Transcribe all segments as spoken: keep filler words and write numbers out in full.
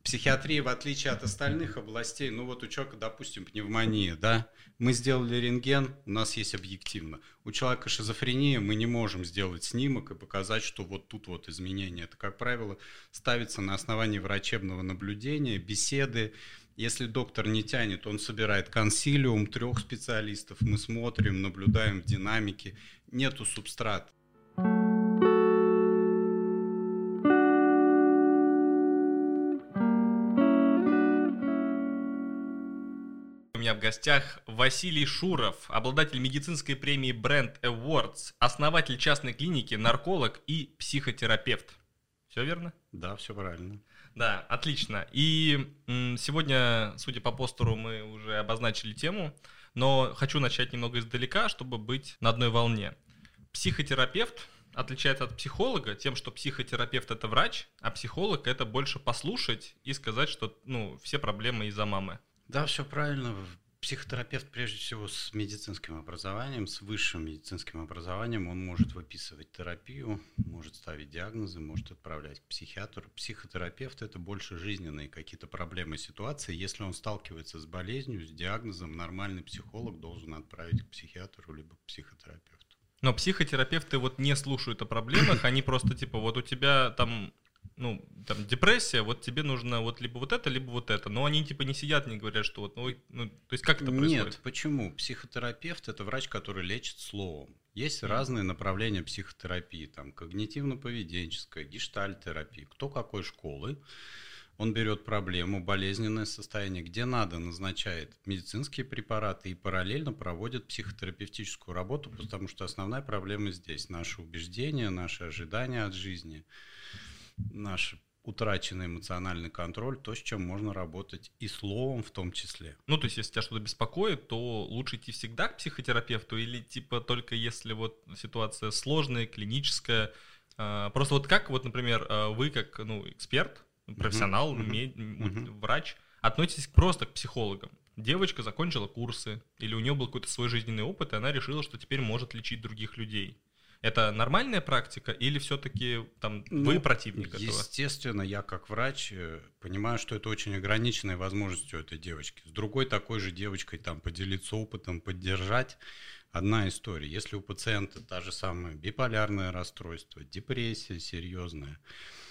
психиатрия, в отличие от остальных областей, ну вот у человека, допустим, пневмония, да, мы сделали рентген, у нас есть объективно. У человека шизофрения, мы не можем сделать снимок и показать, что вот тут вот изменения. Это, как правило, ставится на основании врачебного наблюдения, беседы. Если доктор не тянет, он собирает консилиум трех специалистов, мы смотрим, наблюдаем в динамике, нету субстрата. У меня в гостях Василий Шуров, обладатель медицинской премии Brand Awards, основатель частной клиники, нарколог и психотерапевт. Все верно? Да, все правильно. Да, отлично. И м, сегодня, судя по постеру, мы уже обозначили тему, но хочу начать немного издалека, чтобы быть на одной волне. Психотерапевт отличается от психолога тем, что психотерапевт – это врач, а психолог – это больше послушать и сказать, что ну, все проблемы из-за мамы. Да, все правильно. Психотерапевт, прежде всего, с медицинским образованием, с высшим медицинским образованием, он может выписывать терапию, может ставить диагнозы, может отправлять к психиатру. Психотерапевт – это больше жизненные какие-то проблемы, ситуации. Если он сталкивается с болезнью, с диагнозом, нормальный психолог должен отправить к психиатру либо к психотерапевту. Но психотерапевты вот не слушают о проблемах, они просто типа вот у тебя там... ну, там, депрессия, вот тебе нужно вот либо вот это, либо вот это. Но они типа не сидят, не говорят, что вот, ну, ну то есть как это происходит? Нет, почему? Психотерапевт – это врач, который лечит словом. Есть mm. разные направления психотерапии, там, когнитивно-поведенческая, гештальт-терапия, кто какой школы. Он берет проблему, болезненное состояние, где надо, назначает медицинские препараты и параллельно проводит психотерапевтическую работу, потому что основная проблема здесь – наши убеждения, наши ожидания от жизни, наш утраченный эмоциональный контроль, то, с чем можно работать и словом в том числе. Ну, то есть, если тебя что-то беспокоит, то лучше идти всегда к психотерапевту или типа только если вот ситуация сложная, клиническая. Просто вот как, вот, например, вы как ну, эксперт, профессионал, uh-huh. мед... uh-huh. врач, относитесь просто к психологам. Девочка закончила курсы, или у нее был какой-то свой жизненный опыт, и она решила, что теперь может лечить других людей. Это нормальная практика или все-таки там, ну, вы противник этого? Естественно, я как врач понимаю, что это очень ограниченная возможность у этой девочки. С другой такой же девочкой там, поделиться опытом, поддержать. Одна история. Если у пациента та же самая биполярное расстройство, депрессия серьезная,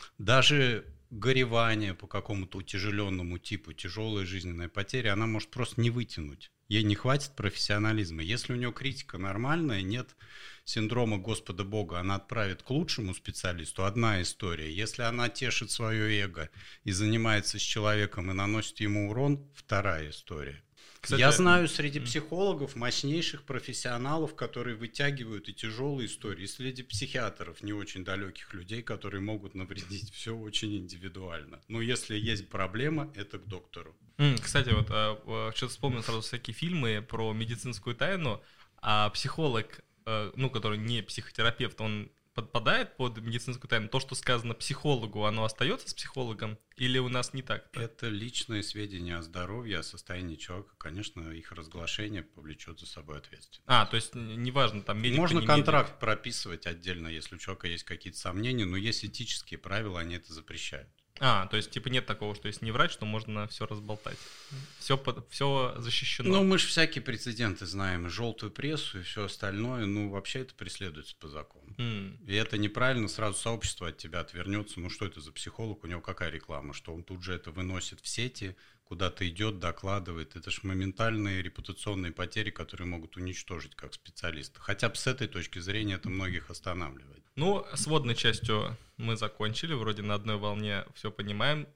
даже горевание по какому-то утяжеленному типу, тяжелая жизненная потеря, она может просто не вытянуть. Ей не хватит профессионализма. Если у нее критика нормальная, нет синдрома Господа Бога, она отправит к лучшему специалисту. Одна история. Если она тешит свое эго и занимается с человеком и наносит ему урон, вторая история. Кстати, я знаю среди психологов мощнейших профессионалов, которые вытягивают и тяжелые истории, и среди психиатров не очень далеких людей, которые могут навредить. Все очень индивидуально. Но если есть проблема, это к доктору. Кстати, вот сейчас вспомнил сразу всякие фильмы про медицинскую тайну, а психолог, ну, который не психотерапевт, он подпадает под медицинскую тайну? То, что сказано психологу, оно остается с психологом? Или у нас не так? Это личные сведения о здоровье, о состоянии человека. Конечно, их разглашение повлечет за собой ответственность. А, то есть неважно, там медик. Можно не контракт медик. прописывать отдельно, если у человека есть какие-то сомнения, но есть этические правила, они это запрещают. А, то есть, типа, нет такого, что если не врач, то можно все разболтать. Все, все защищено. Ну, мы же всякие прецеденты знаем, и желтую прессу, и все остальное. Ну, вообще это преследуется по закону. Mm. И это неправильно, сразу сообщество от тебя отвернется. Ну, что это за психолог, у него какая реклама? Что он тут же это выносит в сети, куда-то идет, докладывает. Это же моментальные репутационные потери, которые могут уничтожить как специалиста. Хотя бы с этой точки зрения это многих останавливает. Ну, с водной частью мы закончили, вроде на одной волне все понимаем.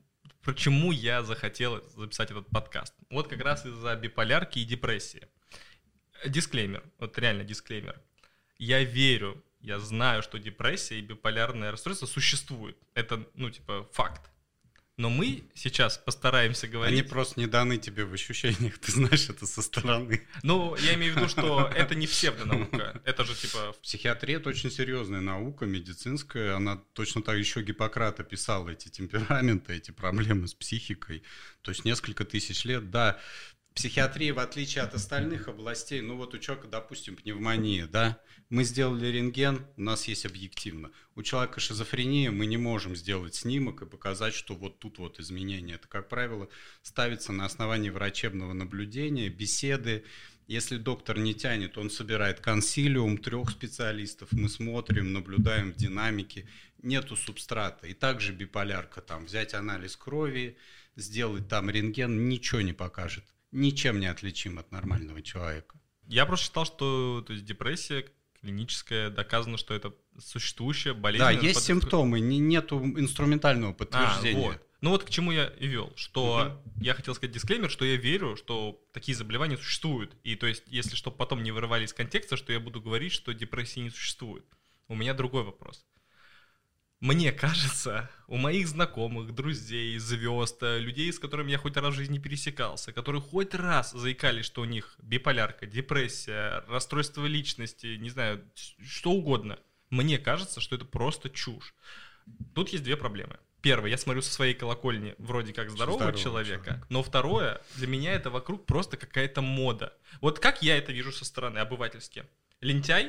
Почему я захотел записать этот подкаст? Вот как раз из-за биполярки и депрессии. Дисклеймер, вот реально дисклеймер. Я верю, я знаю, что депрессия и биполярное расстройство существуют. Это, ну, типа, факт. Но мы сейчас постараемся говорить... Они просто не даны тебе в ощущениях, ты знаешь это со стороны. Ну, я имею в виду, что это не псевдонаука, это же типа... Психиатрия – это очень серьезная наука, медицинская, она точно так еще Гиппократ описал эти темпераменты, эти проблемы с психикой, то есть несколько тысяч лет, да. Психиатрия, в отличие от остальных областей, ну вот у человека, допустим, пневмония, да, мы сделали рентген, у нас есть объективно. У человека шизофрения, мы не можем сделать снимок и показать, что вот тут вот изменения. Это, как правило, ставится на основании врачебного наблюдения, беседы. Если доктор не тянет, он собирает консилиум трех специалистов, мы смотрим, наблюдаем в динамике, нету субстрата. И также биполярка, там взять анализ крови, сделать там рентген, ничего не покажет. Ничем не отличим от нормального человека. Я просто считал, что то есть, депрессия клиническая, доказано, что это существующая болезнь. Да, есть под... симптомы, не, нету инструментального подтверждения. А, вот. Ну вот к чему я и вел, что угу. я хотел сказать дисклеймер, что я верю, что такие заболевания существуют. И то есть, если что потом не вырывали из контекста, что я буду говорить, что депрессии не существует. У меня другой вопрос. Мне кажется, у моих знакомых, друзей, звезд, людей, с которыми я хоть раз в жизни пересекался, которые хоть раз заикались, что у них биполярка, депрессия, расстройство личности, не знаю, что угодно, мне кажется, что это просто чушь. Тут есть две проблемы. Первое, я смотрю со своей колокольни вроде как здорового Здорово, человека, человек. Но второе, для меня это вокруг просто какая-то мода. Вот как я это вижу со стороны, обывательски. Лентяй,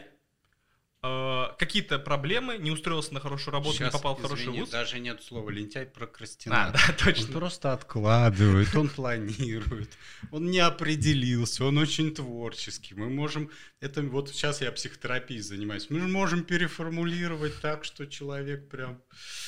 какие-то проблемы, не устроился на хорошую работу, Сейчас, не попал в извини, хороший вуз. Даже нет слова лентяй, прокрастинатор. А, да, точно. Он просто откладывает, он планирует, он не определился, он очень творческий. Мы можем, это вот сейчас я психотерапией занимаюсь, мы можем переформулировать так, что человек прям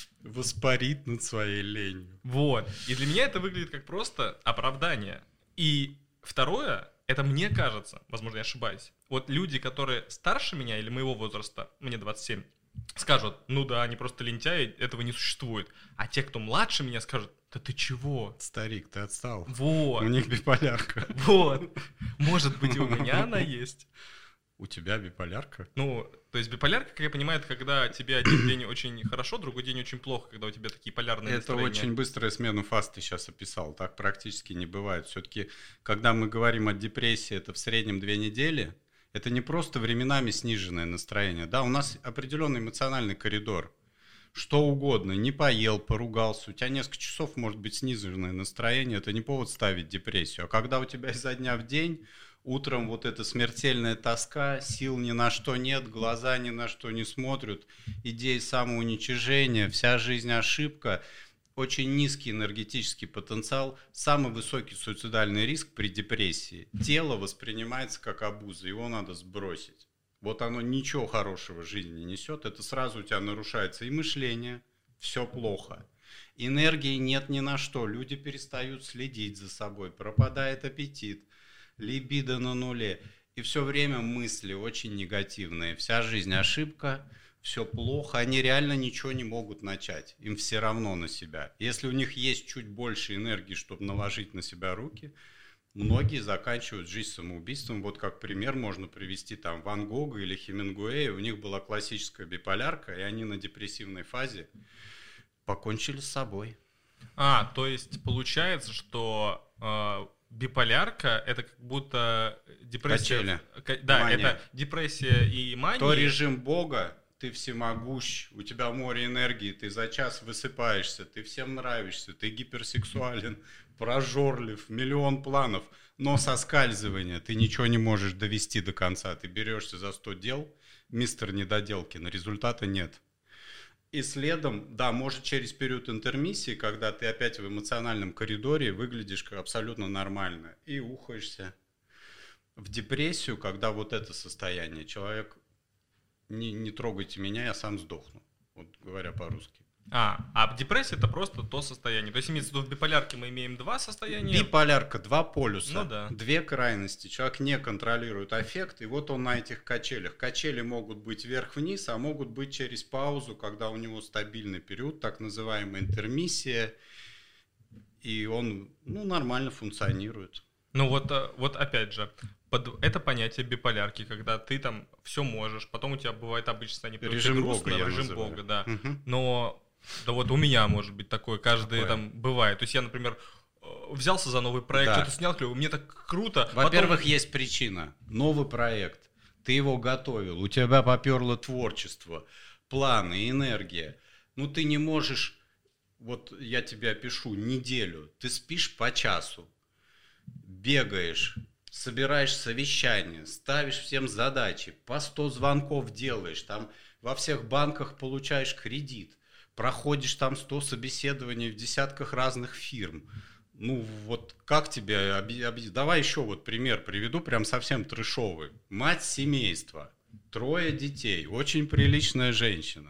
воспарит над своей ленью. Вот. И для меня это выглядит как просто оправдание. И второе, это мне кажется, возможно, я ошибаюсь, вот люди, которые старше меня или моего возраста, мне двадцать семь, скажут, ну да, они просто лентяи, этого не существует. А те, кто младше меня, скажут, да ты чего? Старик, ты отстал. Вот. У них биполярка. Вот. Может быть, и у меня она есть. У тебя биполярка? Ну, то есть биполярка, как я понимаю, это когда тебе один день очень хорошо, другой день очень плохо, когда у тебя такие полярные это настроения. Это очень быстрая смена фаз ты сейчас описал. Так практически не бывает. Все-таки, когда мы говорим о депрессии, это в среднем две недели. Это не просто временами сниженное настроение. Да, у нас определенный эмоциональный коридор. Что угодно. Не поел, поругался. У тебя несколько часов может быть сниженное настроение. Это не повод ставить депрессию. А когда у тебя изо дня в день... Утром вот эта смертельная тоска, сил ни на что нет, глаза ни на что не смотрят, идеи самоуничижения, вся жизнь ошибка, очень низкий энергетический потенциал, самый высокий суицидальный риск при депрессии. Тело воспринимается как обуза, его надо сбросить. Вот оно ничего хорошего в жизни не несет, это сразу у тебя нарушается и мышление, все плохо. Энергии нет ни на что, люди перестают следить за собой, пропадает аппетит. Либидо на нуле. И все время мысли очень негативные. Вся жизнь ошибка, все плохо. Они реально ничего не могут начать. Им все равно на себя. Если у них есть чуть больше энергии, чтобы наложить на себя руки, многие заканчивают жизнь самоубийством. Вот как пример можно привести там Ван Гога или Хемингуэя. У них была классическая биполярка, и они на депрессивной фазе покончили с собой. А, то есть получается, что... Э... Биполярка — это как будто депрессия. Качели. Да, Мания. это депрессия и мания. То режим Бога, ты всемогущ, у тебя море энергии, ты за час высыпаешься, ты всем нравишься, ты гиперсексуален, прожорлив, миллион планов, но соскальзывание, ты ничего не можешь довести до конца, ты берешься за сто дел, мистер Недоделкин, результата нет. И следом, да, может через период интермиссии, когда ты опять в эмоциональном коридоре выглядишь как абсолютно нормально и ухаешься в депрессию, когда вот это состояние, человек, не, не трогайте меня, я сам сдохну, вот говоря по-русски. А, а депрессия — это просто то состояние. То есть имеется в виду, в биполярке мы имеем два состояния. Биполярка, два полюса, ну, да. две крайности. Человек не контролирует аффект, и вот он на этих качелях. Качели могут быть вверх-вниз, а могут быть через паузу, когда у него стабильный период, так называемая интермиссия, и он ну, нормально функционирует. Ну вот, вот опять же, под это понятие биполярки, когда ты там все можешь, потом у тебя бывает обычно состояние режим грустное, Бога, режим называю. Бога, да. Угу. Но да вот у меня может быть такое, каждый Такое. Там бывает. То есть я, например, взялся за новый проект, Да. что-то снял клево, мне так круто. Во-первых, потом... есть причина. Новый проект, ты его готовил, у тебя поперло творчество, планы, энергия. Ну ты не можешь, вот я тебе опишу, неделю, ты спишь по часу. бегаешь, собираешь совещания, ставишь всем задачи, по сто звонков делаешь, там во всех банках получаешь кредит, проходишь там сто собеседований в десятках разных фирм. Ну вот как тебе объяснить? Давай еще вот пример приведу, прям совсем трэшовый. Мать семейства, трое детей, очень приличная женщина.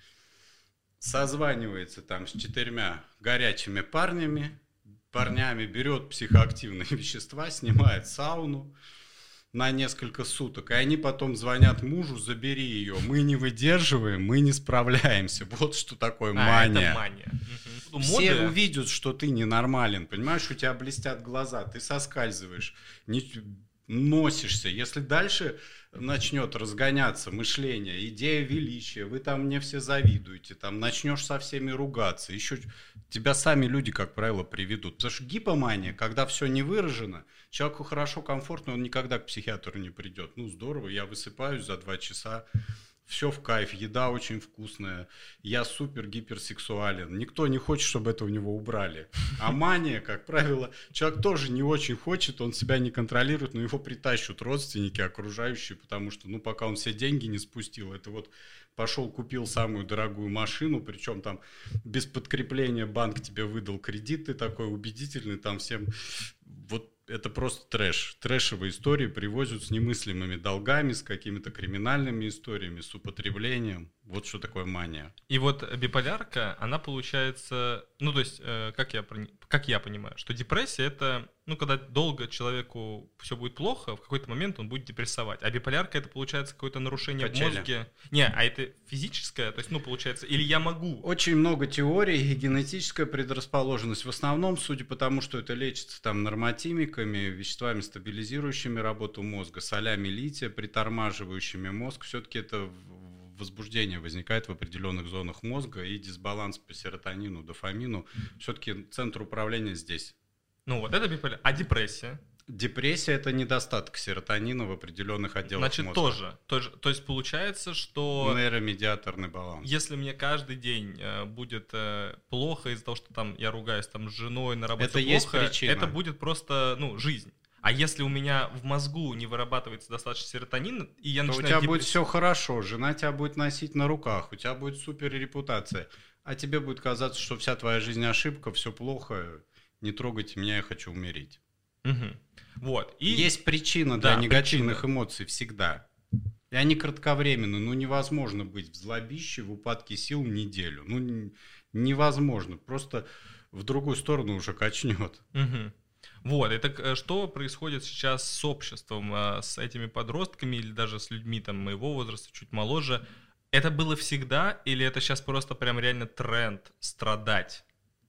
Созванивается там с четырьмя горячими парнями, парнями, берет психоактивные вещества, снимает сауну на несколько суток, и они потом звонят мужу: забери ее, мы не выдерживаем, мы не справляемся. Вот что такое а, мания. Это мания. Угу. Все Моды... увидят, что ты ненормален, понимаешь, у тебя блестят глаза, ты соскальзываешь, не... носишься. Если дальше начнет разгоняться мышление, идея величия, вы там мне все завидуете, там начнешь со всеми ругаться, еще тебя сами люди, как правило, приведут. Потому что гипомания, когда все не выражено, человеку хорошо, комфортно, он никогда к психиатру не придет. Ну, здорово, я высыпаюсь за два часа, все в кайф, еда очень вкусная, я супер гиперсексуален. Никто не хочет, чтобы это у него убрали. А мания, как правило, человек тоже не очень хочет, он себя не контролирует, но его притащат родственники, окружающие, потому что, ну, пока он все деньги не спустил, это вот пошел, купил самую дорогую машину, причем там без подкрепления банк тебе выдал кредит, ты такой убедительный, там всем... Вот это просто трэш. Трэшевые истории привозят с немыслимыми долгами, с какими-то криминальными историями, с употреблением. Вот что такое мания. И вот биполярка, она получается, ну то есть, как я, как я понимаю, что депрессия это, ну когда долго человеку все будет плохо, в какой-то момент он будет депрессовать. А биполярка это получается какое-то нарушение Качели. в мозге. Не, а это физическое, то есть, ну получается, или я могу. Очень много теорий и генетическая предрасположенность. В основном, судя по тому, что это лечится там нормотимиками, веществами, стабилизирующими работу мозга, солями лития, притормаживающими мозг, все-таки это возбуждение возникает в определенных зонах мозга и дисбаланс по серотонину, дофамину. Все-таки центр управления здесь. Ну вот это биполярка. А депрессия? Депрессия – это недостаток серотонина в определенных отделах Значит, мозга. Значит, тоже, тоже. То есть получается, что... Нейромедиаторный баланс. Если мне каждый день э, будет э, плохо из-за того, что там я ругаюсь там, с женой на работе, это плохо, есть причина. Это будет просто, ну, жизнь. А если у меня в мозгу не вырабатывается достаточно серотонина, и я то начинаю... у тебя депресс... будет все хорошо, жена тебя будет носить на руках, у тебя будет супер репутация, а тебе будет казаться, что вся твоя жизнь ошибка, все плохо, не трогайте меня, я хочу умереть. Угу. Вот. И... Есть причина для да, негативных причина. эмоций всегда. И они кратковременны. Ну, невозможно быть в злобище, в упадке сил неделю. Ну, невозможно. Просто в другую сторону уже качнет. Угу. Вот, и так что происходит сейчас с обществом, с этими подростками или даже с людьми там моего возраста, чуть моложе? Это было всегда или это сейчас просто прям реально тренд страдать?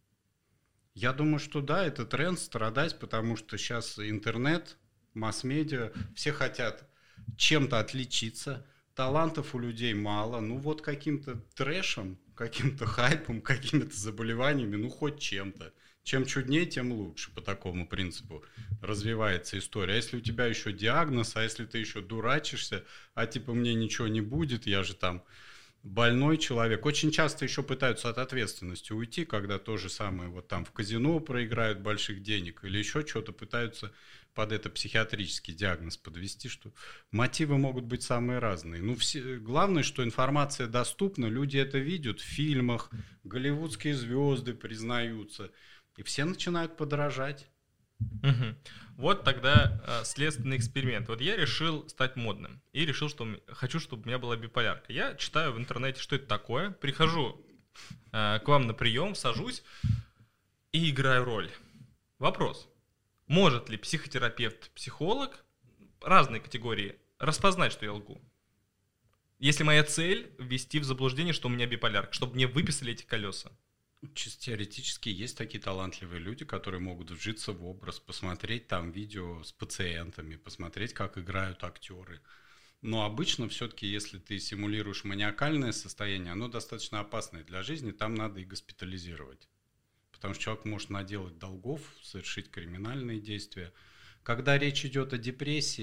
Я думаю, что да, это тренд страдать, потому что сейчас интернет, масс-медиа, все хотят чем-то отличиться, талантов у людей мало, ну вот каким-то трэшем, каким-то хайпом, какими-то заболеваниями, ну хоть чем-то. Чем чуднее, тем лучше, по такому принципу развивается история. А если у тебя еще диагноз, а если ты еще дурачишься, а типа мне ничего не будет, я же там больной человек. Очень часто еще пытаются от ответственности уйти, когда то же самое вот там в казино проиграют больших денег или еще что-то, пытаются под это психиатрический диагноз подвести, что мотивы могут быть самые разные. Ну, все, главное, что информация доступна, люди это видят в фильмах, голливудские звезды признаются. И все начинают подражать. Угу. Вот тогда э, следственный эксперимент. Вот я решил стать модным. И решил, что хочу, чтобы у меня была биполярка. Я читаю в интернете, что это такое. Прихожу э, к вам на прием, сажусь и играю роль. Вопрос. Может ли психотерапевт, психолог, разные категории, распознать, что я лгу? Если моя цель ввести в заблуждение, что у меня биполярка, чтобы мне выписали эти колеса. Чисто теоретически есть такие талантливые люди, которые могут вжиться в образ, посмотреть там видео с пациентами, посмотреть, как играют актеры. Но обычно все-таки, если ты симулируешь маниакальное состояние, оно достаточно опасное для жизни, там надо и госпитализировать. Потому что человек может наделать долгов, совершить криминальные действия. Когда речь идет о депрессии,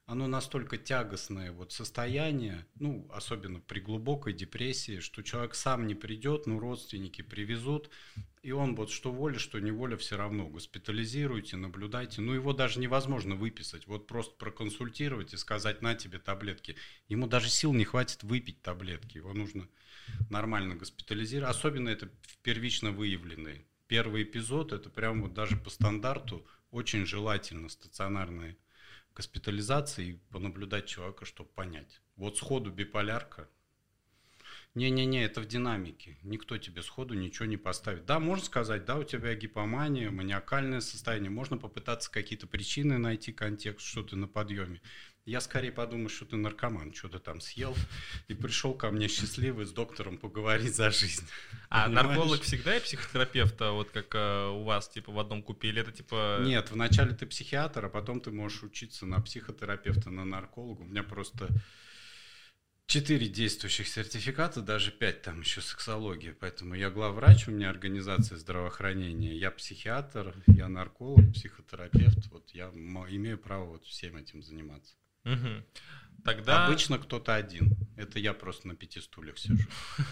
оно настолько тягостное вот состояние, ну, особенно при глубокой депрессии, что человек сам не придет, ну, родственники привезут, и он вот что воля, что неволя все равно. Госпитализируйте, наблюдайте. Ну, его даже невозможно выписать. Вот просто проконсультировать и сказать: на тебе таблетки. Ему даже сил не хватит выпить таблетки. Его нужно нормально госпитализировать. Особенно это первично выявленные. Первый эпизод, это прям вот даже по стандарту очень желательно стационарные госпитализации и понаблюдать человека, чтобы понять. Вот сходу биполярка. Не-не-не, это в динамике. Никто тебе сходу ничего не поставит. Да, можно сказать, да, у тебя гипомания, маниакальное состояние. Можно попытаться какие-то причины найти, контекст, что ты на подъеме. Я скорее подумаю, что ты наркоман, что ты там съел и пришел ко мне счастливый с доктором поговорить за жизнь. А понимаешь? Нарколог всегда и психотерапевт, вот как а, у вас типа в одном купе, или это типа... Нет, вначале ты психиатр, а потом ты можешь учиться на психотерапевта, на нарколога. У меня просто четыре действующих сертификата, даже пять, там еще сексология. Поэтому я главврач, у меня организация здравоохранения, я психиатр, я нарколог, психотерапевт. Вот я имею право вот всем этим заниматься. Угу. Тогда... Обычно кто-то один. Это я просто на пяти стульях сижу.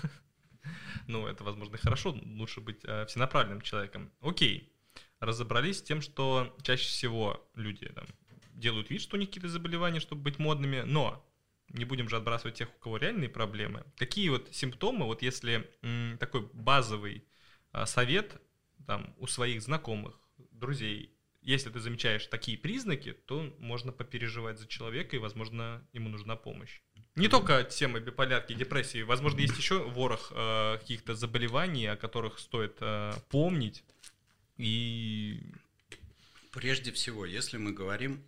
Ну, это, возможно, хорошо. Лучше быть э, всенаправленным человеком. Окей. Разобрались с тем, что чаще всего люди там делают вид, что у них какие-то заболевания, чтобы быть модными, но не будем же отбрасывать тех, у кого реальные проблемы. Какие вот симптомы, вот если м, такой базовый а, совет там, у своих знакомых, друзей, если ты замечаешь такие признаки, то можно попереживать за человека, и, возможно, ему нужна помощь. Не только тема биполярки, депрессии, возможно, есть еще ворох э, каких-то заболеваний, о которых стоит э, помнить. И... Прежде всего, если мы говорим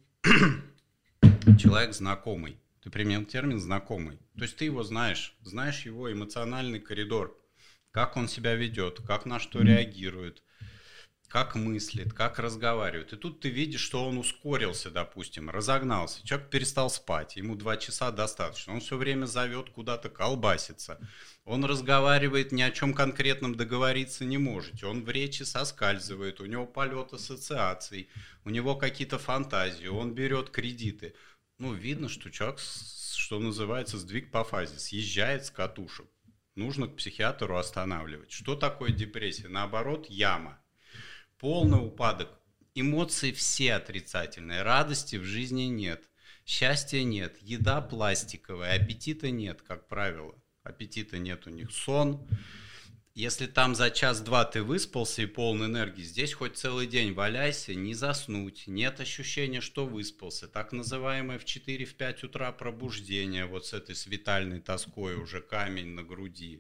человек знакомый, ты применил термин «знакомый», то есть ты его знаешь, знаешь его эмоциональный коридор, как он себя ведет, как на что реагирует, как мыслит, как разговаривает. И тут ты видишь, что он ускорился, допустим, разогнался. Человек перестал спать, ему два часа достаточно. Он все время зовет, куда-то колбасится. Он разговаривает, ни о чем конкретном договориться не можете. Он в речи соскальзывает, у него полет ассоциаций, у него какие-то фантазии, он берет кредиты. Ну, видно, что человек, что называется, сдвиг по фазе, съезжает с катушек. Нужно к психиатру останавливать. Что такое депрессия? Наоборот, яма. Полный упадок. Эмоции все отрицательные. Радости в жизни нет. Счастья нет. Еда пластиковая. Аппетита нет, как правило. Аппетита нет у них. Сон. Если там за час-два ты выспался и полон энергии, здесь хоть целый день валяйся, не заснуть. Нет ощущения, что выспался. Так называемое в четыре-пять утра пробуждение. Вот с этой с витальной тоской уже камень на груди.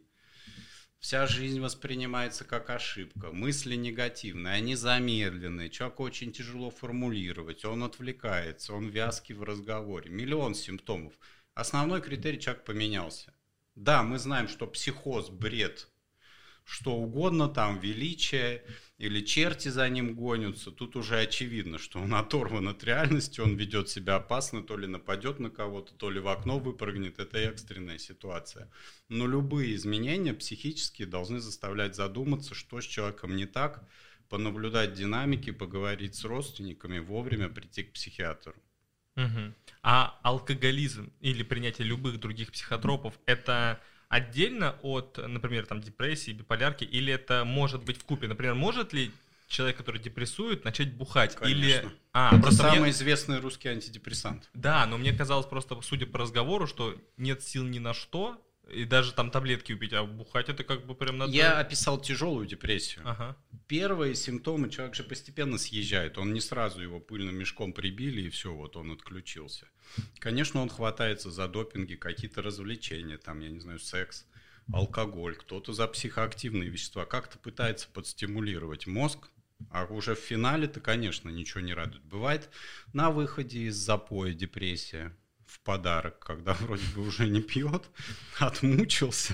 Вся жизнь воспринимается как ошибка, мысли негативные, они замедленные, человеку очень тяжело формулировать, он отвлекается, он вязкий в разговоре, миллион симптомов. Основной критерий: человек поменялся. Да, мы знаем, что психоз, бред, что угодно, там величие или черти за ним гонятся, тут уже очевидно, что он оторван от реальности, он ведет себя опасно, то ли нападет на кого-то, то ли в окно выпрыгнет, это экстренная ситуация. Но любые изменения психические должны заставлять задуматься, что с человеком не так, понаблюдать динамики, поговорить с родственниками, вовремя прийти к психиатру. Угу. А алкоголизм или принятие любых других психотропов – это... отдельно от, например, там, депрессии, биполярки, или это может быть вкупе? Например, может ли человек, который депрессует, начать бухать? Конечно. Или... А, это самый мне... известный русский антидепрессант. Да, но мне казалось просто, судя по разговору, что нет сил ни на что, и даже там таблетки убить, а бухать это как бы прям надо... Я описал тяжелую депрессию. Ага. Первые симптомы, человек же постепенно съезжает, он не сразу его пыльным мешком прибили, и все, вот он отключился. Конечно, он хватается за допинги, какие-то развлечения, там, я не знаю, секс, алкоголь, кто-то за психоактивные вещества, как-то пытается подстимулировать мозг, а уже в финале-то, конечно, ничего не радует. Бывает на выходе из запоя депрессия, в подарок, когда вроде бы уже не пьет, отмучился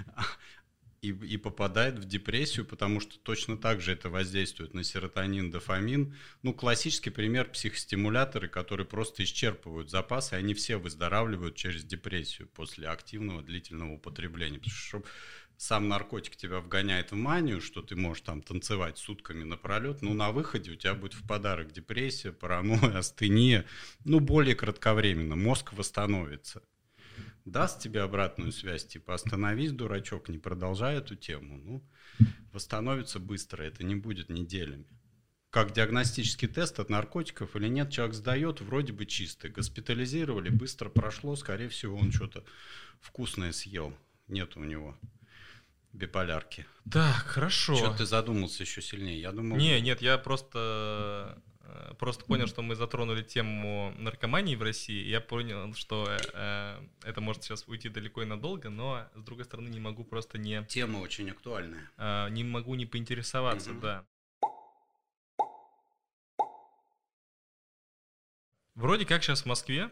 и, и попадает в депрессию, потому что точно так же это воздействует на серотонин, дофамин. Ну, классический пример — психостимуляторы, которые просто исчерпывают запасы, и они все выздоравливают через депрессию после активного длительного употребления. Потому что, чтобы сам наркотик тебя вгоняет в манию, что ты можешь там танцевать сутками напролет, ну, на выходе у тебя будет в подарок депрессия, паранойя, астения, ну, более кратковременно, мозг восстановится. Даст тебе обратную связь, типа, остановись, дурачок, не продолжай эту тему, ну, восстановится быстро, это не будет неделями. Как диагностический тест от наркотиков или нет, человек сдает, вроде бы чистый, госпитализировали, быстро прошло, скорее всего, он что-то вкусное съел, нет у него биполярки. Так, хорошо. Что ты задумался еще сильнее? Я думал... Не, нет, я просто, просто понял, что мы затронули тему наркомании в России. Я понял, что э, это может сейчас уйти далеко и надолго, но, с другой стороны, не могу просто не... Тема очень актуальная. Э, не могу не поинтересоваться, mm-hmm. да. Вроде как сейчас в Москве,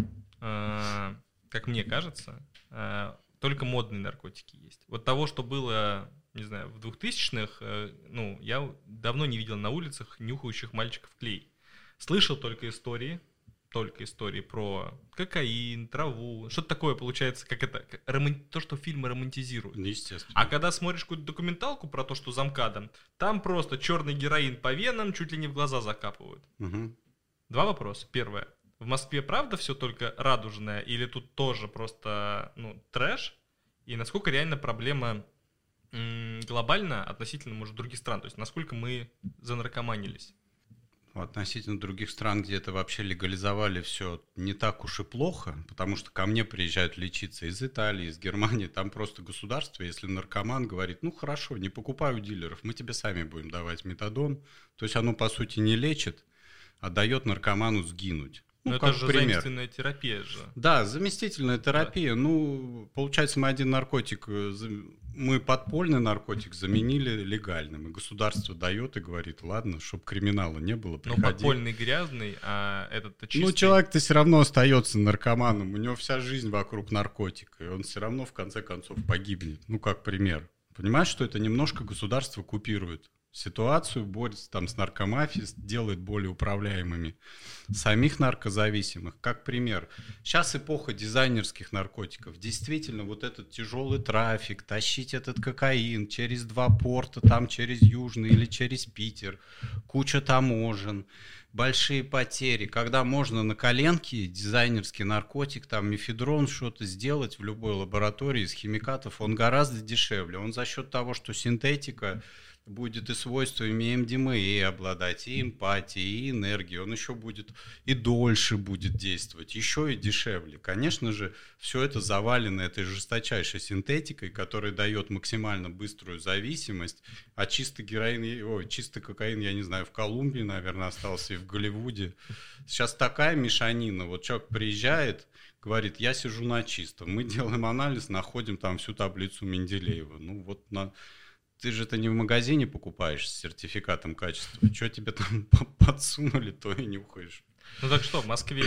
э, как мне кажется, э, только модные наркотики есть. Вот того, что было, не знаю, в двухтысячных, э, ну, я давно не видел на улицах нюхающих мальчиков клей. Слышал только истории, только истории про кокаин, траву, что-то такое получается, как это, как роман... то, что фильмы романтизируют. Естественно. А когда смотришь какую-то документалку про то, что за МКАДом, там просто черный героин по венам чуть ли не в глаза закапывают. Угу. Два вопроса. Первое. В Москве правда все только радужное или тут тоже просто ну, трэш? И насколько реально проблема м- глобальна относительно, может, других стран? То есть насколько мы занаркоманились? Относительно других стран, где это вообще легализовали, все не так уж и плохо, потому что ко мне приезжают лечиться из Италии, из Германии, там просто государство, если наркоман говорит, ну хорошо, не покупай у дилеров, мы тебе сами будем давать метадон, то есть оно по сути не лечит, а дает наркоману сгинуть. Ну, но это же пример. Заместительная терапия же. Да, заместительная терапия. Да. Ну, получается, мы один наркотик, мы подпольный наркотик заменили легальным. И государство дает и говорит, ладно, чтобы криминала не было, приходи. Но подпольный грязный, а этот-то чистый. Ну, человек-то все равно остается наркоманом. У него вся жизнь вокруг наркотика. И он все равно, в конце концов, погибнет. Ну, как пример. Понимаешь, что это немножко государство купирует ситуацию, борется там с наркомафией, делает более управляемыми самих наркозависимых. Как пример, сейчас эпоха дизайнерских наркотиков. Действительно, вот этот тяжелый трафик, тащить этот кокаин через два порта, там через Южный или через Питер, куча таможен, большие потери. Когда можно на коленке дизайнерский наркотик, там мефедрон, что-то сделать в любой лаборатории из химикатов, он гораздо дешевле. Он за счет того, что синтетика будет и свойствами эм ди эм а обладать, и эмпатией, и энергией. Он еще будет и дольше будет действовать, еще и дешевле. Конечно же, все это завалено этой жесточайшей синтетикой, которая дает максимально быструю зависимость. А чистый героин, ой, чистый кокаин, я не знаю, в Колумбии, наверное, остался и в Голливуде. Сейчас такая мешанина. Вот человек приезжает, говорит, я сижу на чистом. Мы делаем анализ, находим там всю таблицу Менделеева. Ну вот на... Ты же это не в магазине покупаешь с сертификатом качества. Что тебе там подсунули, то и нюхаешь. Ну так что, в Москве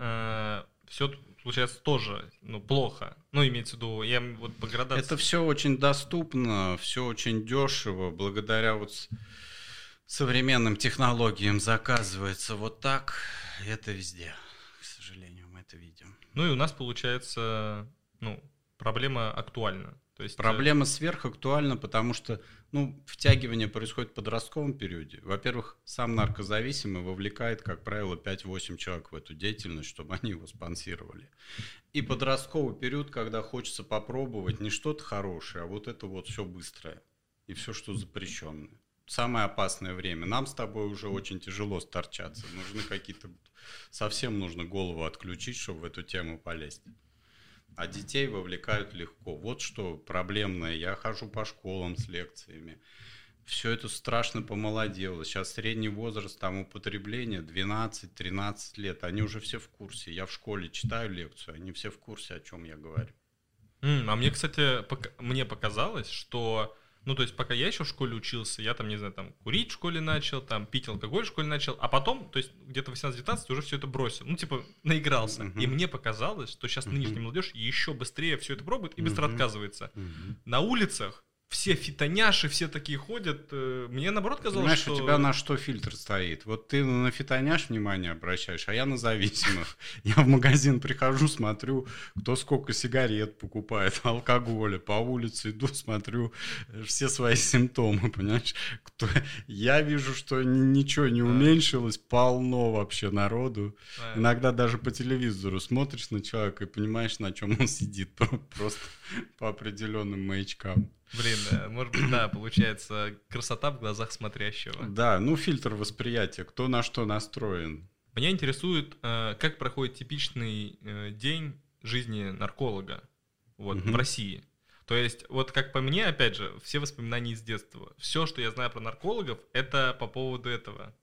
э, все получается тоже ну, плохо. Ну, имеется в виду, я вот по градации... Это все очень доступно, все очень дешево. Благодаря вот современным технологиям заказывается вот так. Это везде, к сожалению, мы это видим. Ну и у нас получается, ну, проблема актуальна. То есть... Проблема сверхактуальна, потому что ну, втягивание происходит в подростковом периоде. Во-первых, сам наркозависимый вовлекает, как правило, пять-восемь человек в эту деятельность, чтобы они его спонсировали. И подростковый период, когда хочется попробовать не что-то хорошее, а вот это вот все быстрое и все, что запрещенное. Самое опасное время. Нам с тобой уже очень тяжело сторчаться. Нужны какие-то... Совсем нужно голову отключить, чтобы в эту тему полезть. А детей вовлекают легко. Вот что проблемное. Я хожу по школам с лекциями. Все это страшно помолодело. Сейчас средний возраст там употребления двенадцать-тринадцать лет. Они уже все в курсе. Я в школе читаю лекцию, они все в курсе, о чем я говорю. Mm, а мне, кстати, пок- мне показалось, что... Ну, то есть, пока я еще в школе учился, я там, не знаю, там, курить в школе начал, там, пить алкоголь в школе начал, а потом, то есть, где-то восемнадцать-девятнадцать уже все это бросил. Ну, типа, наигрался. Uh-huh. И мне показалось, что сейчас uh-huh. нынешняя молодежь еще быстрее все это пробует и быстро uh-huh. отказывается. Uh-huh. На улицах все фитоняши, все такие ходят. Мне наоборот казалось, Понимаешь, что... у тебя на что фильтр стоит? Вот ты на фитоняш внимание обращаешь, а я на зависимых. Я в магазин прихожу, смотрю, кто сколько сигарет покупает, алкоголя. По улице иду, смотрю все свои симптомы, понимаешь? Кто... Я вижу, что ничего не уменьшилось, полно вообще народу. А. Иногда даже по телевизору смотришь на человека и понимаешь, на чем он сидит. Просто по определенным маячкам. Блин, может быть, да, получается красота в глазах смотрящего. Да, ну фильтр восприятия, кто на что настроен. Меня интересует, как проходит типичный день жизни нарколога вот, угу. в России. То есть, вот как по мне, опять же, все воспоминания из детства. Все, что я знаю про наркологов, это по поводу этого.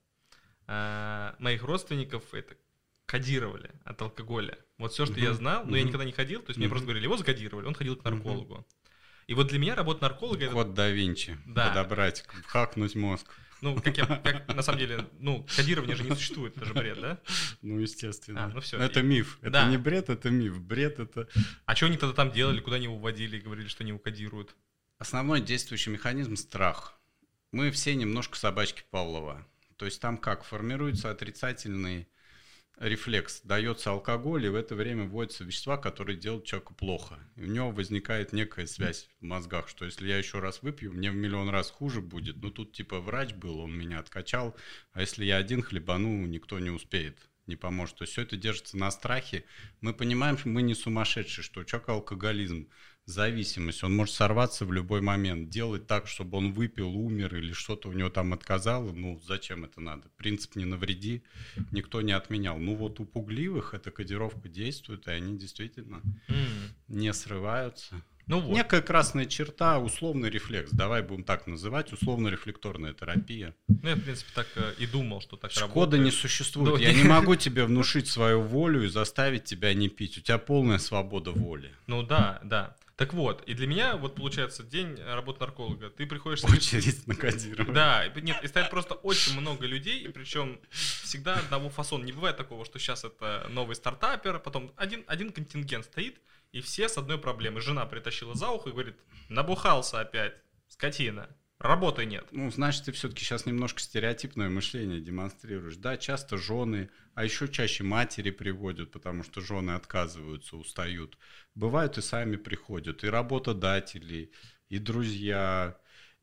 Моих родственников это кодировали от алкоголя. Вот все, что угу. я знал, но угу. я никогда не ходил, то есть угу. мне просто говорили, его закодировали, он ходил к наркологу. Угу. И вот для меня работа нарколога... Код это... да Винчи. Да. Подобрать, хакнуть мозг. Ну, как я, как, на самом деле, ну, кодирование же не существует, это же бред, да? Ну, естественно. А, ну все. Это и... миф. Это да. не бред, это миф. Бред это... А что они тогда там делали, куда они уводили и говорили, что они его кодируют? Основной действующий механизм – страх. Мы все немножко собачки Павлова. То есть там как? Формируется отрицательный рефлекс, дается алкоголь, и в это время вводятся вещества, которые делают человеку плохо. И у него возникает некая связь в мозгах, что если я еще раз выпью, мне в миллион раз хуже будет. Ну тут типа врач был, он меня откачал, а если я один хлебану, никто не успеет, не поможет. То есть все это держится на страхе. Мы понимаем, что мы не сумасшедшие, что у человека алкоголизм, зависимость, он может сорваться в любой момент, делать так, чтобы он выпил, умер или что-то у него там отказало, ну зачем это надо? Принцип не навреди, никто не отменял. Ну вот у пугливых эта кодировка действует, и они действительно mm. не срываются. Ну вот. Некая красная черта, условный рефлекс, давай будем так называть, условно-рефлекторная терапия. Ну я в принципе так и думал, что так Шкода работает. Шкода не существует, я не могу тебе внушить свою волю и заставить тебя не пить, у тебя полная свобода воли. Ну да, да. Так вот, и для меня, вот получается, день работы нарколога. Ты приходишь... Очередь на кодирование. Да, нет, и стоит просто очень много людей, и причем всегда одного фасона. Не бывает такого, что сейчас это новый стартапер, потом один, один контингент стоит, и все с одной проблемой. Жена притащила за ухо и говорит, набухался опять, скотина. Работы нет. Ну, значит, ты все-таки сейчас немножко стереотипное мышление демонстрируешь. Да, часто жены, а еще чаще матери приводят, потому что жены отказываются, устают. Бывают и сами приходят, и работодатели, и друзья,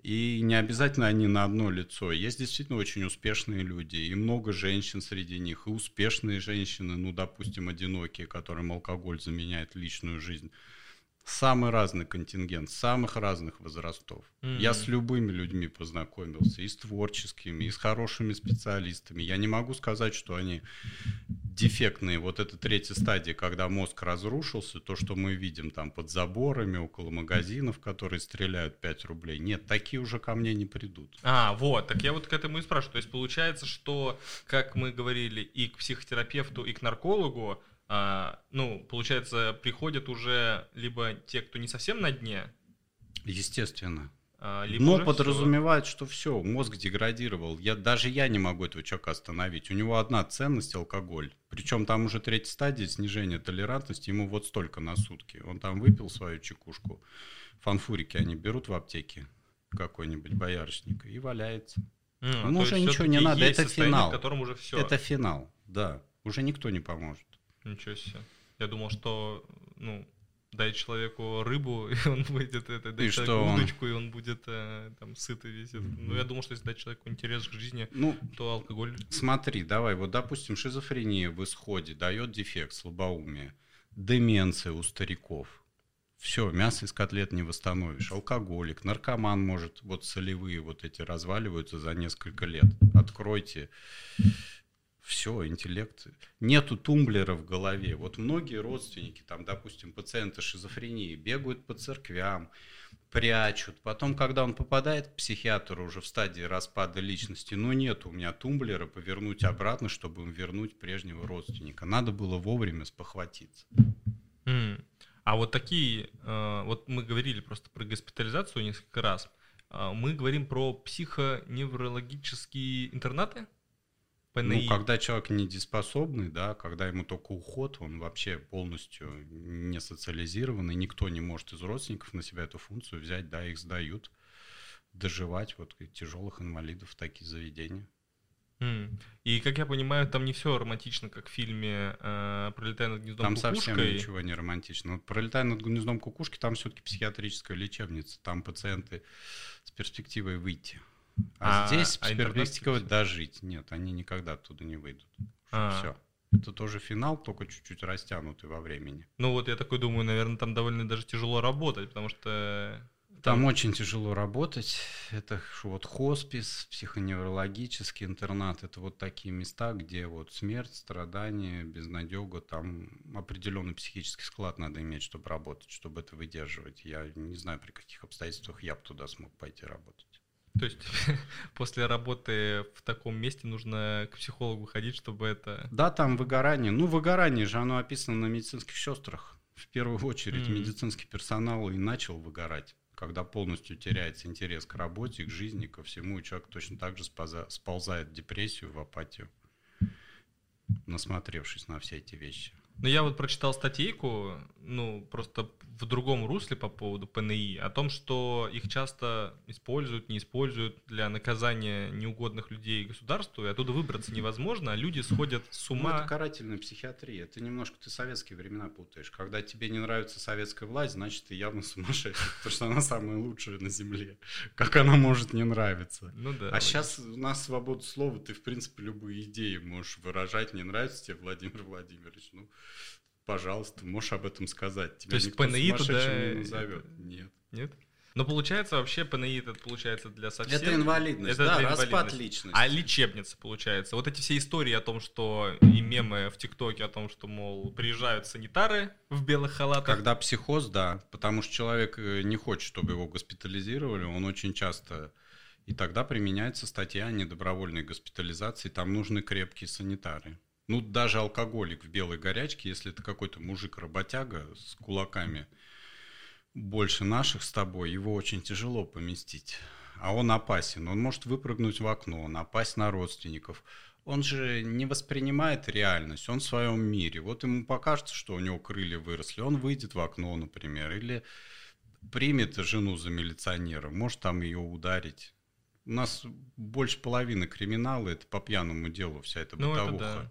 и не обязательно они на одно лицо. Есть действительно очень успешные люди, и много женщин среди них, и успешные женщины, ну, допустим, одинокие, которым алкоголь заменяет личную жизнь. Самый разный контингент, самых разных возрастов. Mm-hmm. Я с любыми людьми познакомился, и с творческими, и с хорошими специалистами. Я не могу сказать, что они дефектные. Вот это третья стадия, когда мозг разрушился, то, что мы видим там под заборами, около магазинов, которые стреляют пять рублей. Нет, такие уже ко мне не придут. А, вот, так я вот к этому и спрашиваю. То есть получается, что, как мы говорили, и к психотерапевту, и к наркологу, А, ну, получается, приходят уже либо те, кто не совсем на дне. Естественно. А, либо Но подразумевает, все. что все, мозг деградировал. Я, даже я не могу этого человека остановить. У него одна ценность — алкоголь. Причем там уже третья стадия снижения толерантности. Ему вот столько на сутки. Он там выпил свою чекушку. Фанфурики они берут в аптеке какой-нибудь боярышник и валяется. Mm, Ему уже ничего не надо. Это финал. Уже все. Это финал, да. Уже никто не поможет. Ничего себе. Я думал, что, ну, дай человеку рыбу, и он выйдет, это, дай и человеку удочку, он? и он будет э, там сытый весь. Mm-hmm. Ну, я думал, что если дать человеку интерес к жизни, ну, то алкоголь... Смотри, давай, вот, допустим, шизофрения в исходе дает дефект, слабоумие, деменция у стариков. Все, мясо из котлет не восстановишь. Алкоголик, наркоман может, вот солевые вот эти разваливаются за несколько лет. Откройте... Все, интеллект. Нету тумблера в голове. Вот многие родственники, там, допустим, пациенты шизофрении, бегают по церквям, прячут. Потом, когда он попадает к психиатру уже в стадии распада личности, ну нет у меня тумблера повернуть обратно, чтобы им вернуть прежнего родственника. Надо было вовремя спохватиться. Mm. А вот такие, э, вот мы говорили просто про госпитализацию несколько раз. Э, мы говорим про психоневрологические интернаты? Ну, когда человек недееспособный, да, когда ему только уход, он вообще полностью не социализированный, никто не может из родственников на себя эту функцию взять, да, их сдают. доживать вот тяжелых инвалидов в такие заведения. Mm. И, как я понимаю, там не все романтично, как в фильме э, «Пролетая над гнездом там кукушкой». Там совсем ничего не романтично. Вот «Пролетая над гнездом кукушки» там все-таки психиатрическая лечебница. Там пациенты с перспективой выйти. А, а здесь а с перспективой дожить. Нет, они никогда оттуда не выйдут. А. Все. Это тоже финал, только чуть-чуть растянутый во времени. Ну вот я такой думаю, наверное, там довольно даже тяжело работать, потому что... Там очень тяжело работать. Это вот хоспис, психоневрологический интернат. Это вот такие места, где вот смерть, страдания, безнадега. Там определенный психический склад надо иметь, чтобы работать, чтобы это выдерживать. Я не знаю, при каких обстоятельствах я бы туда смог пойти работать. То есть после работы в таком месте нужно к психологу ходить, чтобы это... Да, там выгорание. Ну, выгорание же, оно описано на медицинских сестрах. В первую очередь mm. медицинский персонал и начал выгорать. Когда полностью теряется интерес к работе, к жизни, ко всему, и человек точно так же сползает в депрессию, в апатию, насмотревшись на все эти вещи. Ну, я вот прочитал статейку, ну, просто в другом русле по поводу ПНИ, о том, что их часто используют, не используют для наказания неугодных людей государству, и оттуда выбраться невозможно, а люди сходят с ума. Ну, это карательная психиатрия, это немножко ты советские времена путаешь. Когда тебе не нравится советская власть, значит, ты явно сумасшедший, потому что она самая лучшая на земле. Как она может не нравиться? Ну да. А сейчас у нас свобода слова, ты, в принципе, любые идеи можешь выражать, не нравится тебе Владимир Владимирович, ну... Пожалуйста, можешь об этом сказать. Тебя То есть никто ПНИ туда не назовет. Это... Нет. Нет? Но получается вообще ПНИ это получается для совсем... Это инвалидность, это да, для распад инвалидности. личности. А лечебница получается. Вот эти все истории о том, что и мемы в ТикТоке о том, что, мол, приезжают санитары в белых халатах. Когда психоз, да, потому что человек не хочет, чтобы его госпитализировали, он очень часто... И тогда применяется статья о недобровольной госпитализации, там нужны крепкие санитары. Ну, даже алкоголик в белой горячке, если это какой-то мужик-работяга с кулаками больше наших с тобой, его очень тяжело поместить. А он опасен. Он может выпрыгнуть в окно, напасть на родственников. Он же не воспринимает реальность, он в своем мире. Вот ему покажется, что у него крылья выросли, он выйдет в окно, например, или примет жену за милиционера, может там ее ударить. У нас больше половины криминала, это по пьяному делу вся эта бытовуха. Ну, это да.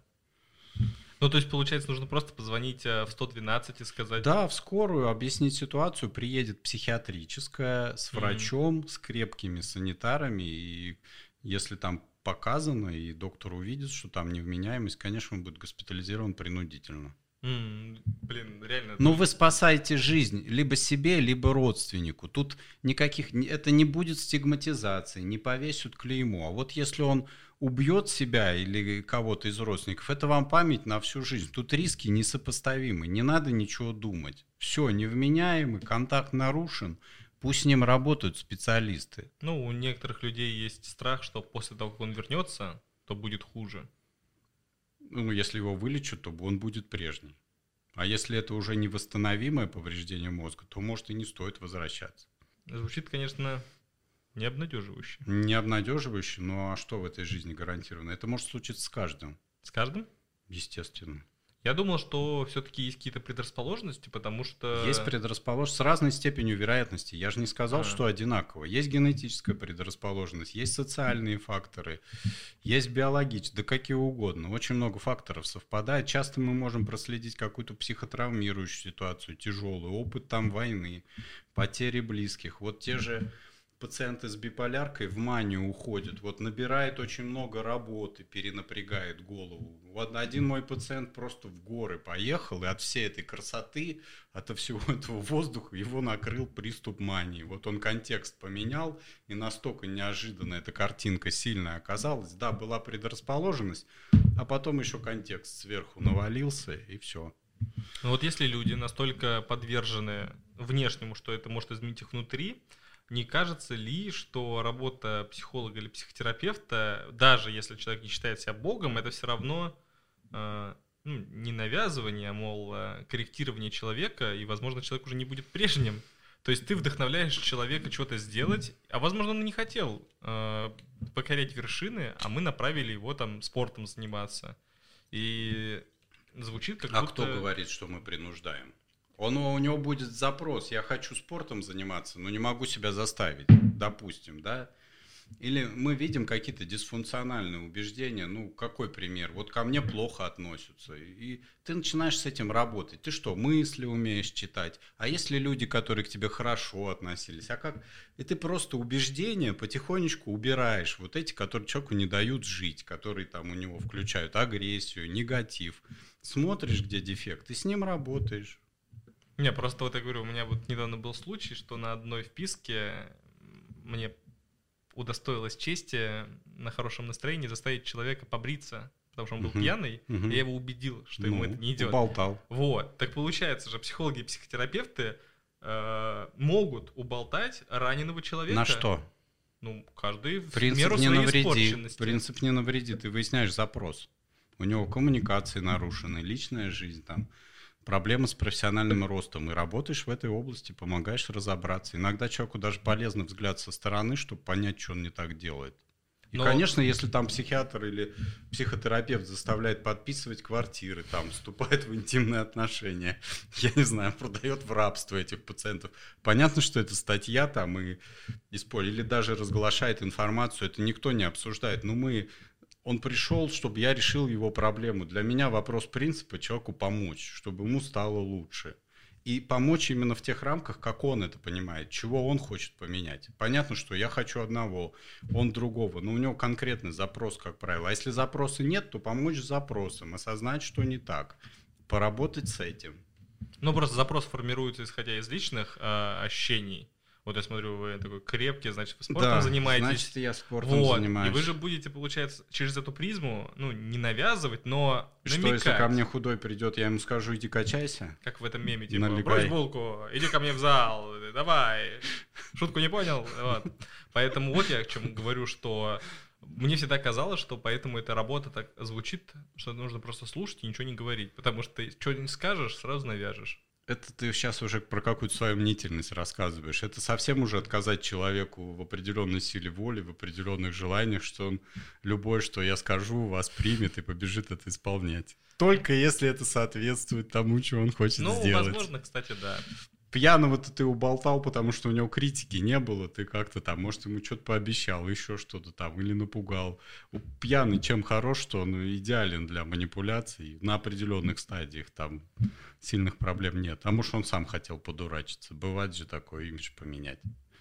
Ну, то есть, получается, нужно просто позвонить в сто двенадцать и сказать... Да, в скорую, объяснить ситуацию. Приедет психиатрическая с врачом, mm-hmm. с крепкими санитарами. И если там показано, и доктор увидит, что там невменяемость, конечно, он будет госпитализирован принудительно. Mm, блин, реально. Но вы спасаете жизнь либо себе, либо родственнику. Тут никаких... Это не будет стигматизации, не повесят клеймо. А вот если он убьет себя или кого-то из родственников, это вам память на всю жизнь. Тут риски несопоставимы, не надо ничего думать. Все, невменяемый, контакт нарушен, пусть с ним работают специалисты. Ну, у некоторых людей есть страх, что после того, как он вернется, то будет хуже. Ну, если его вылечат, то он будет прежний. А если это уже невосстановимое повреждение мозга, то, может, и не стоит возвращаться. Звучит, конечно... Не обнадеживающе. Не обнадеживающе, но а что в этой жизни гарантировано? Это может случиться с каждым. С каждым? Естественно. Я думал, что все-таки есть какие-то предрасположенности, потому что... Есть предрасположенность с разной степенью вероятности. Я же не сказал, а. что одинаково. Есть генетическая предрасположенность, есть социальные факторы, есть биологические, да какие угодно. Очень много факторов совпадает. Часто мы можем проследить какую-то психотравмирующую ситуацию, тяжелую, опыт там войны, потери близких. Вот те же... Пациенты с биполяркой в манию уходят, вот набирает очень много работы, перенапрягает голову. Вот один мой пациент просто в горы поехал, и от всей этой красоты, от всего этого воздуха его накрыл приступ мании. Вот он контекст поменял, и настолько неожиданно эта картинка сильная оказалась. Да, была предрасположенность, а потом еще контекст сверху навалился, и все. Ну вот если люди настолько подвержены внешнему, что это может изменить их внутри, не кажется ли, что работа психолога или психотерапевта, даже если человек не считает себя богом, это все равно э, ну, не навязывание, а, мол, корректирование человека, и, возможно, человек уже не будет прежним. То есть ты вдохновляешь человека что-то сделать, а, возможно, он не хотел э, покорять вершины, а мы направили его там спортом заниматься. И звучит как а будто... кто говорит, что мы принуждаем? Он, у него будет запрос, я хочу спортом заниматься, но не могу себя заставить, допустим, да? Или мы видим какие-то дисфункциональные убеждения. Ну, какой пример? Вот ко мне плохо относятся. И ты начинаешь с этим работать. Ты что, мысли умеешь читать? А если люди, которые к тебе хорошо относились? А как? И ты просто убеждения потихонечку убираешь. Вот эти, которые человеку не дают жить, которые там у него включают агрессию, негатив. Смотришь, где дефект, и с ним работаешь. Не, просто вот я говорю, у меня вот недавно был случай, что на одной вписке мне удостоилась чести на хорошем настроении заставить человека побриться, потому что он был uh-huh. пьяный, uh-huh. и я его убедил, что ну, ему это не идет. Уболтал. Вот. Так получается же, психологи и психотерапевты э, могут уболтать раненого человека. На что? Ну, каждый в принцип меру не своей навреди. испорченности. Принцип не навреди. Ты выясняешь запрос. У него коммуникации нарушены, личная жизнь там. Проблемы с профессиональным ростом, и работаешь в этой области, помогаешь разобраться. Иногда человеку даже полезный взгляд со стороны, чтобы понять, что он не так делает. И, Но... конечно, если там психиатр или психотерапевт заставляет подписывать квартиры, там, вступает в интимные отношения, я не знаю, продает в рабство этих пациентов, понятно, что это статья там, и, или даже разглашает информацию, это никто не обсуждает, но мы... Он пришел, чтобы я решил его проблему. Для меня вопрос принципа человеку помочь, чтобы ему стало лучше. И помочь именно в тех рамках, как он это понимает, чего он хочет поменять. Понятно, что я хочу одного, он другого, но у него конкретный запрос, как правило. А если запроса нет, то помочь с запросом, осознать, что не так, поработать с этим. Ну, просто запрос формируется, исходя из личных э, ощущений. Вот я смотрю, вы такой крепкий, значит, вы спортом да, занимаетесь. Значит, я спортом вот. занимаюсь. И вы же будете, получается, через эту призму, ну, не навязывать, но что, намекать. Если ко мне худой придет, я ему скажу, иди качайся? Как в этом меме, типа, Налегай. Брось булку, иди ко мне в зал, давай. Шутку не понял? Вот. Поэтому вот я к чему говорю, что мне всегда казалось, что поэтому эта работа так звучит, что нужно просто слушать и ничего не говорить. Потому что ты что не скажешь, сразу навяжешь. Это ты сейчас уже про какую-то свою мнительность рассказываешь. Это совсем уже отказать человеку в определенной силе воли, в определенных желаниях, что он любое, что я скажу, воспримет и побежит это исполнять. Только если это соответствует тому, что он хочет ну, сделать. Ну, возможно, кстати, да. Пьяного-то ты уболтал, потому что у него критики не было, ты как-то там, может, ему что-то пообещал, еще что-то там, или напугал. Пьяный чем хорош, что он идеален для манипуляций на определенных стадиях, там сильных проблем нет. А может, он сам хотел подурачиться, бывает же такое, имидж поменять.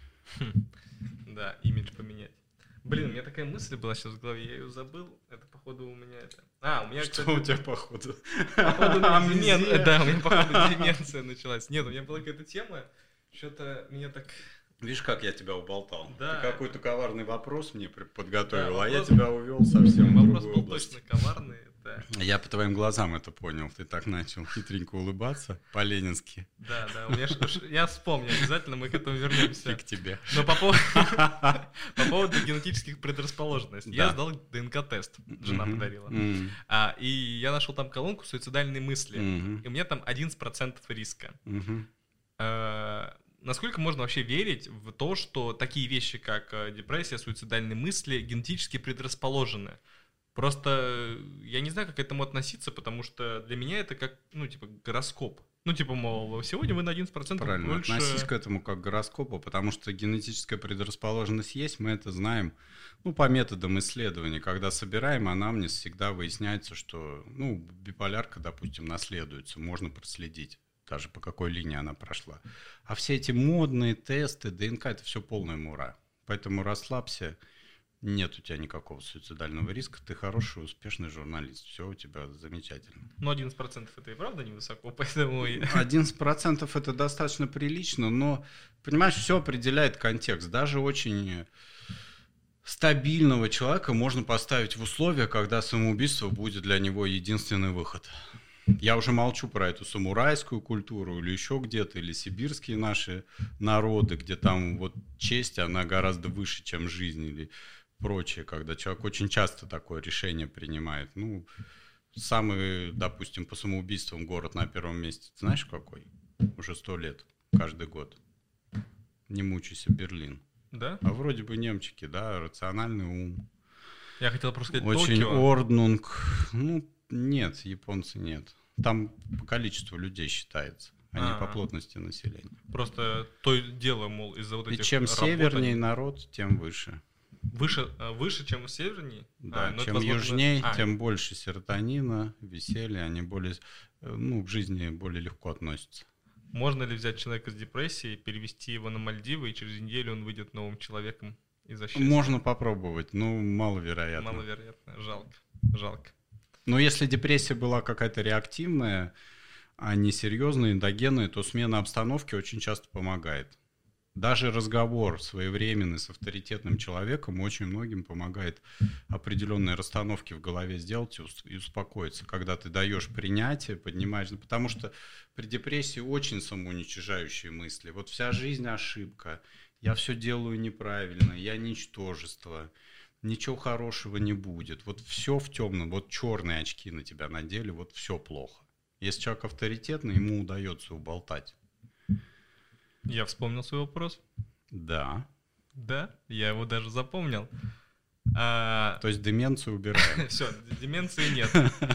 Да, имидж поменять. Блин, у меня такая мысль была сейчас в голове, я ее забыл, это походу у меня это... А, у меня... Что кстати, у тебя походу? Походу деменция, да, у меня походу деменция началась. Нет, у меня была какая-то тема, что-то меня так... Видишь, как я тебя уболтал? Да. Ты какой-то коварный вопрос мне подготовил, да, а вопрос... я тебя увел совсем в вопрос другую был область. Точно коварный, да. Я по твоим глазам это понял. Ты так начал хитренько улыбаться по-ленински. Да, да, у меня я вспомню, обязательно мы к этому вернемся. И к тебе. Но по поводу, по поводу генетических предрасположенностей. Да. Я сдал ДНК-тест, жена mm-hmm. подарила. Mm-hmm. А, и я нашел там колонку «Суицидальные мысли». Mm-hmm. И у меня там одиннадцать процентов риска. Mm-hmm. А, насколько можно вообще верить в то, что такие вещи, как депрессия, суицидальные мысли, генетически предрасположены? Просто я не знаю, как к этому относиться, потому что для меня это как, ну, типа, гороскоп. Ну, типа, мол, сегодня вы на одиннадцать процентов Правильно, больше... относись к этому как к гороскопу, потому что генетическая предрасположенность есть, мы это знаем, ну, по методам исследований. Когда собираем анамнез, всегда выясняется, что, ну, биполярка, допустим, наследуется, можно проследить даже по какой линии она прошла. А все эти модные тесты, ДНК, это все полная мура. Поэтому расслабься. Нет у тебя никакого суицидального риска, ты хороший, успешный журналист, все у тебя замечательно. Ну, одиннадцать процентов это и правда невысоко, поэтому... одиннадцать процентов это достаточно прилично, но, понимаешь, все определяет контекст. Даже очень стабильного человека можно поставить в условия, когда самоубийство будет для него единственный выход. Я уже молчу про эту самурайскую культуру или еще где-то, или сибирские наши народы, где там вот честь, она гораздо выше, чем жизнь, или... прочее, когда человек очень часто такое решение принимает. Ну, самый, допустим, по самоубийствам город на первом месте. Ты знаешь, какой? Уже сто лет, каждый год. Не мучайся, Берлин. Да? А вроде бы немчики, да, рациональный ум. Я хотел просто сказать очень Токио. Орднунг. Ну, нет, японцы нет. Там по количеству людей считается. а А-а-а. не по плотности населения. Просто то дело, мол, из-за вот И этих чем работ, севернее они народ, тем выше. выше, а, выше, чем севернее? Да, А, ну это, чем возможно, южнее, а, тем больше серотонина, веселья, они более, э, ну, к жизни более легко относятся. Можно ли взять человека с депрессией, перевести его на Мальдивы, и через неделю он выйдет новым человеком из-за счастья? Можно попробовать, но маловероятно. Маловероятно. Жалко. Жалко. Но если депрессия была какая-то реактивная, а не серьезная, эндогенная, то смена обстановки очень часто помогает. Даже разговор своевременный с авторитетным человеком очень многим помогает определенные расстановки в голове сделать и успокоиться. Когда ты даешь принятие, поднимаешь... Потому что при депрессии очень самоуничижающие мысли. Вот вся жизнь ошибка, я все делаю неправильно, я ничтожество, ничего хорошего не будет. Вот все в темном, вот черные очки на тебя надели, вот все плохо. Если человек авторитетный, ему удается уболтать. Я вспомнил свой вопрос. Да. Да, я его даже запомнил. А... То есть деменцию убираем. Все, деменции нет.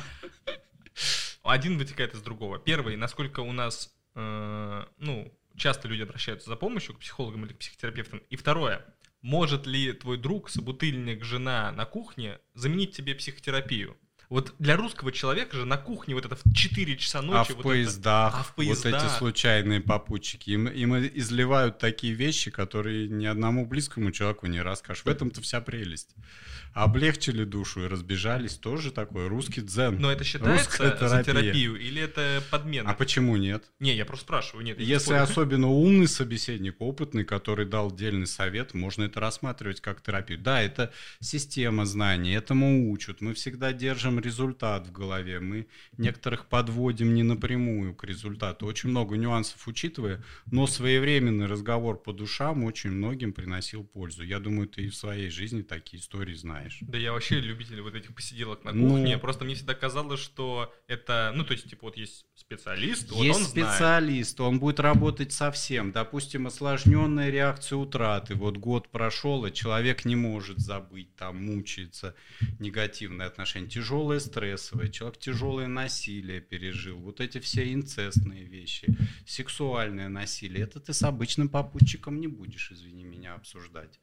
Один вытекает из другого. Первый, насколько у нас, э, ну, часто люди обращаются за помощью к психологам или к психотерапевтам. И второе, может ли твой друг, собутыльник, жена на кухне заменить тебе психотерапию? Вот для русского человека же на кухне вот это в четыре часа ночи... А в вот поездах, это, а в поездах вот эти случайные попутчики, им, им изливают такие вещи, которые ни одному близкому человеку не расскажешь. В этом-то вся прелесть. Облегчили душу и разбежались, тоже такой русский дзен. Но это считается за терапию или это подмена? А почему нет? Не, я просто спрашиваю. Нет, я не Если спорю. особенно умный собеседник, опытный, который дал дельный совет, можно это рассматривать как терапию. Да, это система знаний, этому учат. Мы всегда держим результат в голове. Мы некоторых подводим не напрямую к результату. Очень много нюансов учитывая, но своевременный разговор по душам очень многим приносил пользу. Я думаю, ты и в своей жизни такие истории знаешь. Да я вообще любитель вот этих посиделок на кухне. Ну, Просто мне всегда казалось, что это... Ну, то есть, типа, вот есть специалист, вот есть он специалист, знает. он будет работать со всем. Допустим, осложненная реакция утраты. Вот год прошел, и человек не может забыть, там мучается, негативные отношения. Тяжелое стрессовое, человек тяжелое насилие пережил. Вот эти все инцестные вещи, сексуальное насилие. Это ты с обычным попутчиком не будешь, извини меня, обсуждать.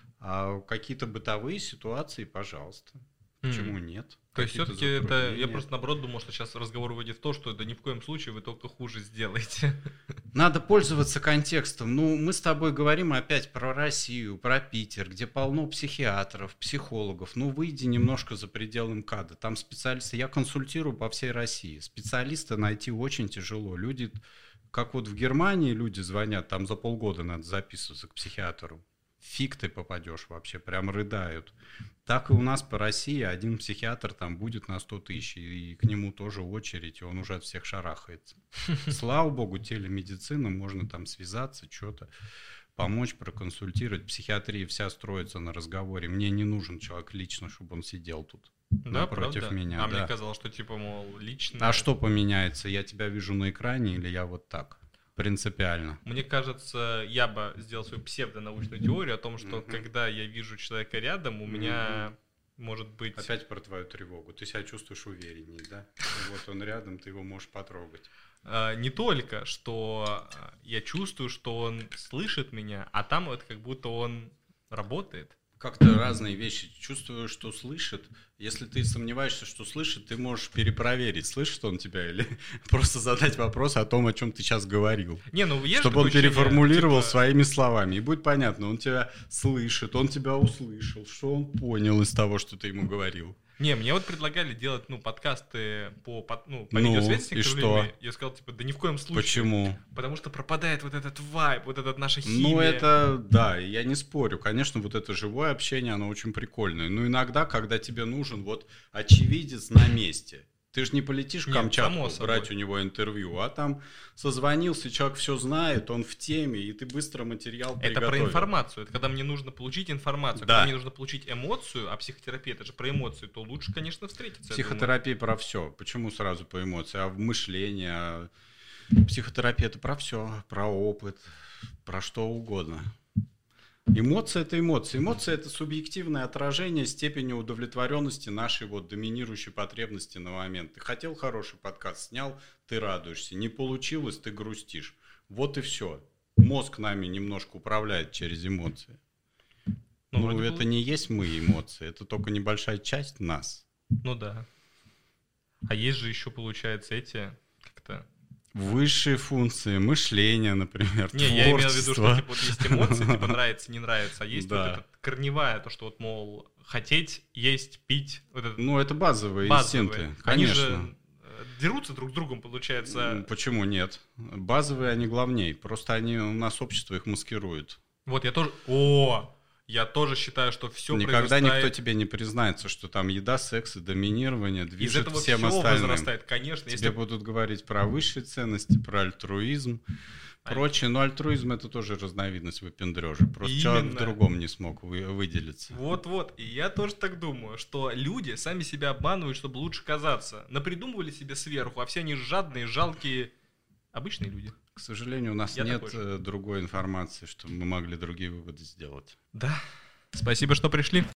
А какие-то бытовые ситуации, пожалуйста. Почему mm. нет? То есть все-таки это... Я просто наоборот думал, что сейчас разговор выйдет в то, что да ни в коем случае вы только хуже сделаете. Надо пользоваться контекстом. Ну, мы с тобой говорим опять про Россию, про Питер, где полно психиатров, психологов. Ну, выйди немножко за пределы МКАДа. Там специалисты... Я консультирую по всей России. Специалиста найти очень тяжело. Люди, как вот в Германии люди звонят, там за полгода надо записываться к психиатру. Фиг ты попадешь вообще, прям рыдают. Так и у нас по России один психиатр там будет на сто тысяч, и к нему тоже очередь, и он уже от всех шарахается. Слава богу, телемедицина, можно там связаться, что-то помочь, проконсультировать. Психиатрия вся строится на разговоре. Мне не нужен человек лично, чтобы он сидел тут да, напротив правда? меня. А да. мне казалось, что типа, мол, лично... А что поменяется? Я тебя вижу на экране или я вот так? Принципиально. Мне кажется, я бы сделал свою псевдонаучную теорию о том, что mm-hmm. когда я вижу человека рядом, у меня mm-hmm. может быть... Опять про твою тревогу. Ты себя чувствуешь увереннее, да? Вот он рядом, ты его можешь потрогать. А, не только, что я чувствую, что он слышит меня, а там вот как будто он работает. Как-то разные вещи. Чувствую, что слышит. Если ты сомневаешься, что слышит, ты можешь перепроверить, слышит он тебя или просто задать вопрос о том, о чем ты сейчас говорил. Не, ну, есть чтобы он ощущение, переформулировал типа... своими словами. И будет понятно, он тебя слышит, он тебя услышал, что он понял из того, что ты ему говорил. Не, мне вот предлагали делать, ну, подкасты по, по, ну, по ну, видеосвязи с некоторыми что? людьми. Я сказал, типа, да ни в коем случае. Почему? Потому что пропадает вот этот вайб, вот эта наша химия. Ну, это, да, я не спорю. Конечно, вот это живое общение, оно очень прикольное. Но иногда, когда тебе нужен вот очевидец на месте, ты же не полетишь в Камчатку брать у него интервью, а там созвонился, человек все знает, он в теме, и ты быстро материал приготовил. Это про информацию, это когда мне нужно получить информацию, да. Когда мне нужно получить эмоцию, а психотерапия это же про эмоции, то лучше, конечно, встретиться. Психотерапия про все. Почему сразу по эмоции? А в мышлении, а... психотерапия это про все, про опыт, про что угодно. Эмоции — это эмоции. Эмоции — это субъективное отражение степени удовлетворенности нашей вот доминирующей потребности на момент. Ты хотел хороший подкаст, снял, ты радуешься. Не получилось, ты грустишь. Вот и все. Мозг нами немножко управляет через эмоции. Ну, ну это был... не есть мы эмоции, это только небольшая часть нас. Ну да. А есть же еще, получается, эти как-то... Высшие функции, мышление, например, Не, творчество. Я имел в виду, что типа, вот есть эмоции, типа нравится, не нравится, а есть да. вот эта корневая, то, что вот, мол, хотеть, есть, пить. Вот это... Ну, это базовые, базовые инстинкты, конечно. Они же дерутся друг с другом, получается. Почему нет? Базовые они главней, просто они, у нас общество их маскирует. Вот я тоже... О! Я тоже считаю, что все Никогда произрастает... никто тебе не признается, что там еда, секс и доминирование движет Из этого всем все остальным. возрастает, конечно. Тебе если... будут говорить про высшие ценности, про альтруизм, а прочее. Но альтруизм — это тоже разновидность выпендрежа. Просто Именно. Человек в другом не смог вы, выделиться. Вот-вот. И я тоже так думаю, что люди сами себя обманывают, чтобы лучше казаться. Напридумывали себе сверху, а все они жадные, жалкие, обычные люди. К сожалению, у нас Я нет другой информации, чтобы мы могли другие выводы сделать. Да. Спасибо, что пришли.